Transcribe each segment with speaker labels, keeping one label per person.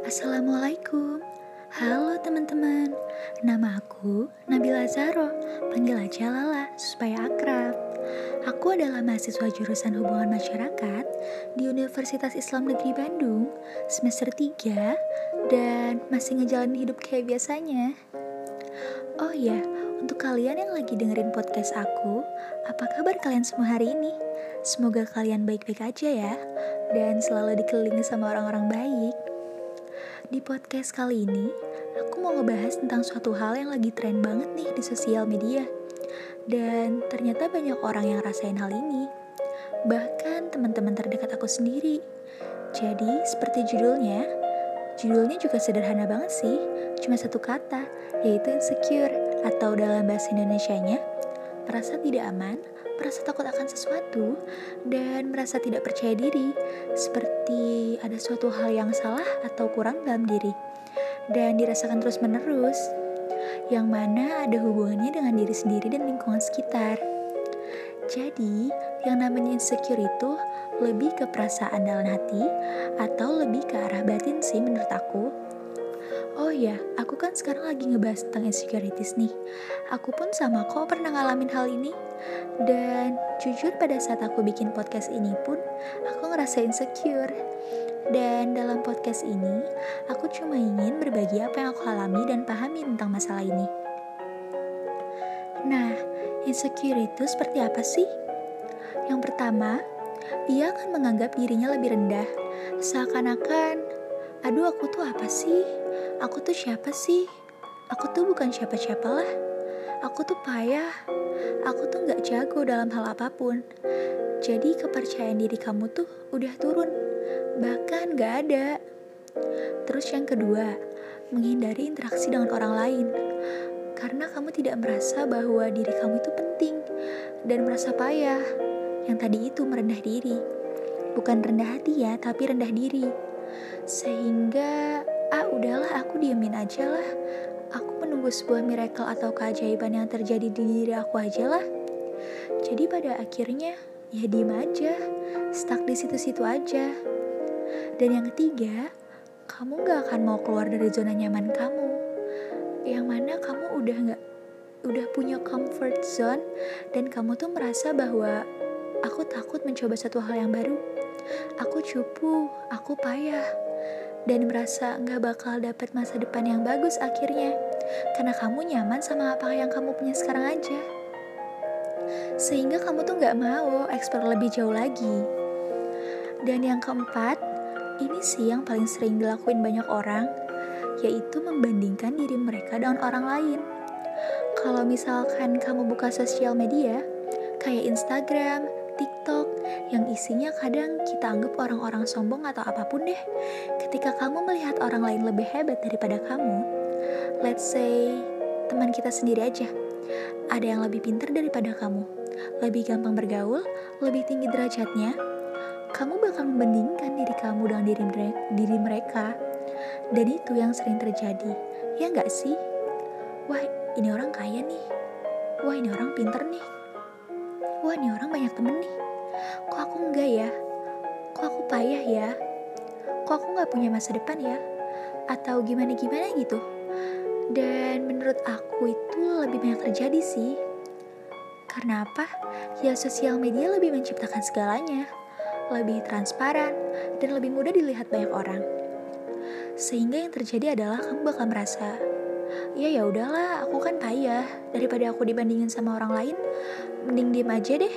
Speaker 1: Assalamualaikum. Halo teman-teman. Nama aku Nabila Zaro. Panggil aja Lala supaya akrab. Aku adalah mahasiswa jurusan Hubungan Masyarakat di Universitas Islam Negeri Bandung, semester 3 dan masih ngejalanin hidup kayak biasanya. Oh iya, untuk kalian yang lagi dengerin podcast aku, apa kabar kalian semua hari ini? Semoga kalian baik-baik aja ya, dan selalu dikelilingi sama orang-orang baik. Di podcast kali ini, aku mau ngebahas tentang suatu hal yang lagi tren banget nih di sosial media. Dan ternyata banyak orang yang rasain hal ini. Bahkan teman-teman terdekat aku sendiri. Jadi, seperti judulnya juga sederhana banget sih. Cuma satu kata, yaitu insecure. Atau dalam bahasa Indonesianya, merasa tidak aman, merasa takut akan sesuatu, dan merasa tidak percaya diri, seperti ada suatu hal yang salah atau kurang dalam diri, dan dirasakan terus-menerus, yang mana ada hubungannya dengan diri sendiri dan lingkungan sekitar. Jadi, yang namanya insecure itu lebih ke perasaan dalam hati, atau lebih ke arah batin sih menurut aku. Oh iya, aku kan sekarang lagi ngebahas tentang insecurities nih. Aku pun sama kok pernah ngalamin hal ini. Dan jujur pada saat aku bikin podcast ini pun, aku ngerasa insecure. Dan dalam podcast ini, aku cuma ingin berbagi apa yang aku alami dan pahami tentang masalah ini. Nah, insecure itu seperti apa sih? Yang pertama, ia akan menganggap dirinya lebih rendah. Seakan-akan, aduh aku tuh apa sih? Aku tuh siapa sih? Aku tuh bukan siapa-siapa lah. Aku tuh payah. Aku tuh gak jago dalam hal apapun. Jadi kepercayaan diri kamu tuh udah turun. Bahkan gak ada. Terus yang kedua, menghindari interaksi dengan orang lain. Karena kamu tidak merasa bahwa diri kamu itu penting. Dan merasa payah. Yang tadi itu merendah diri. Bukan rendah hati ya, tapi rendah diri. Sehingga udahlah aku diemin aja lah. Aku menunggu sebuah miracle atau keajaiban yang terjadi di diri aku aja lah. Jadi pada akhirnya ya diem aja, stuck di situ-situ aja. Dan yang ketiga, kamu gak akan mau keluar dari zona nyaman kamu. Yang mana kamu udah punya comfort zone dan kamu tuh merasa bahwa aku takut mencoba satu hal yang baru. Aku cupu, aku payah. Dan merasa gak bakal dapet masa depan yang bagus akhirnya. Karena kamu nyaman sama apa yang kamu punya sekarang aja. Sehingga kamu tuh gak mau explore lebih jauh lagi. Dan yang keempat, ini sih yang paling sering dilakuin banyak orang, yaitu membandingkan diri mereka dengan orang lain. Kalau misalkan kamu buka sosial media, kayak Instagram, TikTok, yang isinya kadang kita anggap orang-orang sombong atau apapun deh. Ketika kamu melihat orang lain lebih hebat daripada kamu, let's say teman kita sendiri aja, ada yang lebih pintar daripada kamu, lebih gampang bergaul, lebih tinggi derajatnya, kamu bakal membandingkan diri kamu dengan diri mereka. Dan itu yang sering terjadi, ya nggak sih? Wah, ini orang kaya nih. Wah, ini orang pintar nih. Wah, ini orang banyak temen nih. Kok aku enggak ya? Kok aku payah ya? Kok aku gak punya masa depan ya? Atau gimana-gimana gitu. Dan menurut aku itu lebih banyak terjadi sih. Karena apa? Ya sosial media lebih menciptakan segalanya. Lebih transparan dan lebih mudah dilihat banyak orang. Sehingga yang terjadi adalah kamu bakal merasa, ya udahlah, aku kan payah. Daripada aku dibandingin sama orang lain, mending diem aja deh.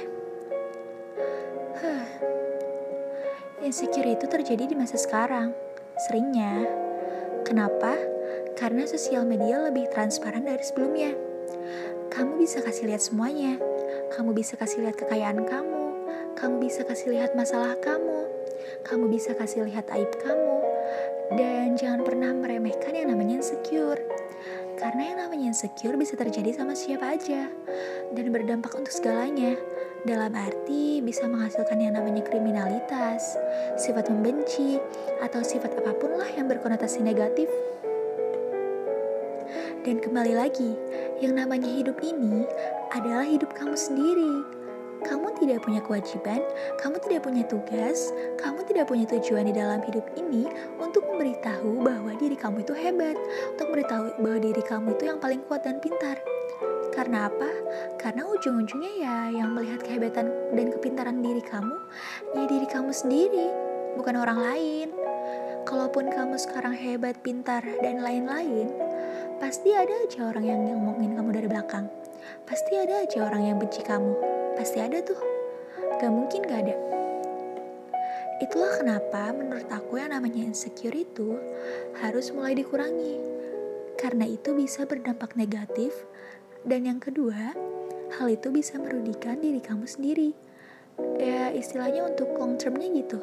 Speaker 1: Insecure itu terjadi di masa sekarang, seringnya. Kenapa? Karena sosial media lebih transparan dari sebelumnya. Kamu bisa kasih lihat semuanya. Kamu bisa kasih lihat kekayaan kamu. Kamu bisa kasih lihat masalah kamu. Kamu bisa kasih lihat aib kamu. Dan jangan pernah meremehkan yang namanya insecure. Karena yang namanya insecure bisa terjadi sama siapa aja. Dan berdampak untuk segalanya. Dalam arti bisa menghasilkan yang namanya kriminalitas, sifat membenci, atau sifat apapun lah yang berkonotasi negatif. Dan kembali lagi, yang namanya hidup ini adalah hidup kamu sendiri. Kamu tidak punya kewajiban, kamu tidak punya tugas, kamu tidak punya tujuan di dalam hidup ini untuk memberitahu bahwa diri kamu itu hebat, untuk memberitahu bahwa diri kamu itu yang paling kuat dan pintar. Karena apa? Karena ujung-ujungnya ya yang melihat kehebatan dan kepintaran diri kamu, ya diri kamu sendiri, bukan orang lain. Kalaupun kamu sekarang hebat, pintar, dan lain-lain, pasti ada aja orang yang ngomongin kamu dari belakang. Pasti ada aja orang yang benci kamu. Pasti ada tuh. Gak mungkin gak ada. Itulah kenapa menurut aku yang namanya insecure itu harus mulai dikurangi. Karena itu bisa berdampak negatif. Dan yang kedua, hal itu bisa merugikan diri kamu sendiri. Ya istilahnya untuk long termnya gitu.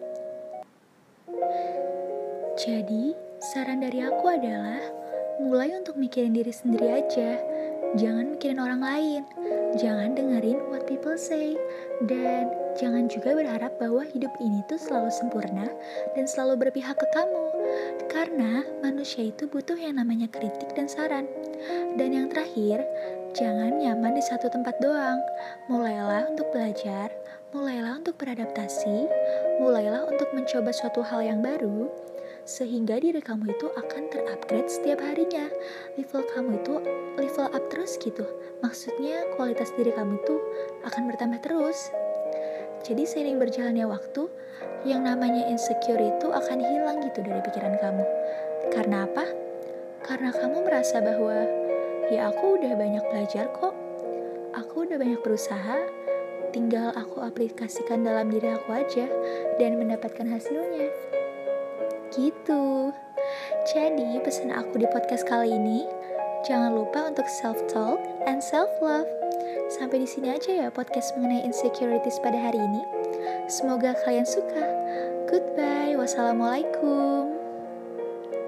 Speaker 1: Jadi, saran dari aku adalah mulai untuk mikirin diri sendiri aja. Jangan mikirin orang lain. Jangan dengerin what people say. Dan jangan juga berharap bahwa hidup ini tuh selalu sempurna dan selalu berpihak ke kamu. Karena manusia itu butuh yang namanya kritik dan saran. Dan yang terakhir, jangan nyaman di satu tempat doang. Mulailah untuk belajar, mulailah untuk beradaptasi, mulailah untuk mencoba suatu hal yang baru, sehingga diri kamu itu akan terupgrade setiap harinya. Level kamu itu level up terus gitu. Maksudnya kualitas diri kamu itu akan bertambah terus. Jadi seiring berjalannya waktu, yang namanya insecure itu akan hilang gitu dari pikiran kamu. Karena apa? Karena kamu merasa bahwa ya aku udah banyak belajar kok. Aku udah banyak berusaha, tinggal aku aplikasikan dalam diri aku aja dan mendapatkan hasilnya. Gitu. Jadi pesan aku di podcast kali ini, jangan lupa untuk self-talk and self-love. Sampai di sini aja ya podcast mengenai insecurities pada hari ini. Semoga kalian suka. Goodbye. Wassalamualaikum.